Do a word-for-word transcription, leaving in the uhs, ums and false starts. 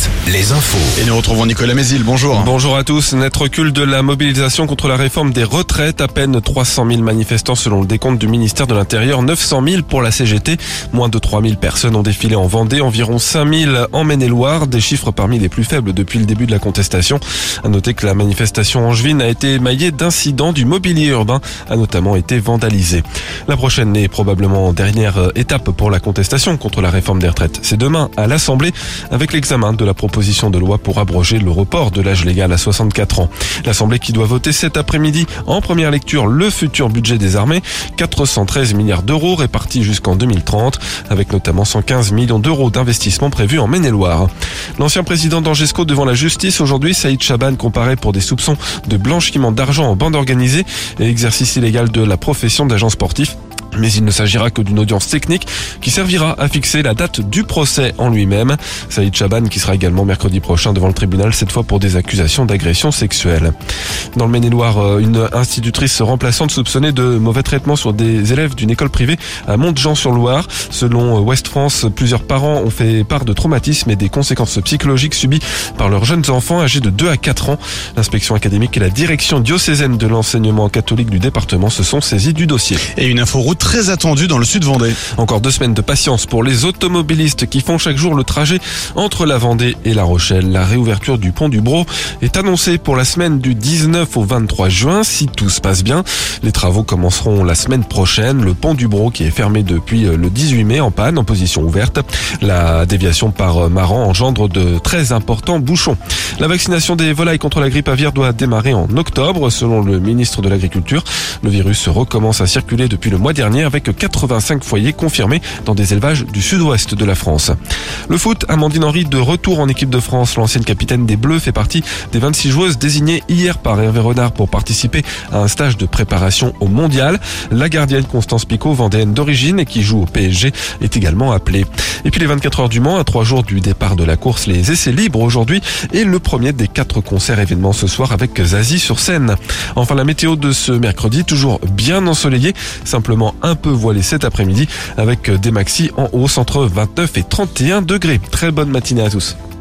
News, les infos. Et nous retrouvons Nicolas Mézil, bonjour. Bonjour à tous. Net recul de la mobilisation contre la réforme des retraites. À peine trois cent mille manifestants selon le décompte du ministère de l'Intérieur, neuf cent mille pour la C G T. Moins de trois mille personnes ont défilé en Vendée, environ cinq mille en Maine-et-Loire, des chiffres parmi les plus faibles depuis le début de la contestation. À noter que la manifestation angevine a été émaillée d'incidents. Du mobilier urbain a notamment été vandalisé. La prochaine et probablement dernière étape pour la contestation contre la réforme des retraites, c'est demain à l'Assemblée avec l'examen de la proposition de loi pour abroger le report de l'âge légal à soixante-quatre ans. L'Assemblée qui doit voter cet après-midi en première lecture le futur budget des armées, quatre cent treize milliards d'euros répartis jusqu'en deux mille trente, avec notamment cent quinze millions d'euros d'investissements prévus en Maine-et-Loire. L'ancien président d'Angesco devant la justice aujourd'hui, Saïd Chaban comparaît pour des soupçons de blanchiment d'argent en bande organisée et exercice illégal de la profession d'agent sportif. Mais il ne s'agira que d'une audience technique qui servira à fixer la date du procès en lui-même. Saïd Chaban qui sera également mercredi prochain devant le tribunal, cette fois pour des accusations d'agression sexuelle. Dans le Maine-et-Loire, une institutrice remplaçante soupçonnée de mauvais traitements sur des élèves d'une école privée à Montjean-sur-Loire. Selon Ouest France, plusieurs parents ont fait part de traumatismes et des conséquences psychologiques subies par leurs jeunes enfants âgés de deux à quatre ans. L'inspection académique et la direction diocésaine de l'enseignement catholique du département se sont saisis du dossier. Et une info route très attendu dans le sud Vendée. Encore deux semaines de patience pour les automobilistes qui font chaque jour le trajet entre la Vendée et La Rochelle. La réouverture du pont du Brau est annoncée pour la semaine du dix-neuf au vingt-trois juin, si tout se passe bien. Les travaux commenceront la semaine prochaine. Le pont du Brau qui est fermé depuis le dix-huit mai en panne, en position ouverte. La déviation par Maran engendre de très importants bouchons. La vaccination des volailles contre la grippe aviaire doit démarrer en octobre, selon le ministre de l'Agriculture. Le virus recommence à circuler depuis le mois dernier avec quatre-vingt-cinq foyers confirmés dans des élevages du sud-ouest de la France. Le foot, Amandine Henry de retour en équipe de France. L'ancienne capitaine des Bleus fait partie des vingt-six joueuses désignées hier par Hervé Renard pour participer à un stage de préparation au mondial. La gardienne Constance Picot, vendéenne d'origine et qui joue au P S G, est également appelée. Et puis les vingt-quatre heures du Mans, à trois jours du départ de la course, les essais libres aujourd'hui et le premier des quatre concerts événements ce soir avec Zazie sur scène. Enfin la météo de ce mercredi, toujours bien ensoleillé, simplement un peu voilé cet après-midi avec des maxis en hausse entre vingt-neuf et trente et un degrés. Très bonne matinée à tous.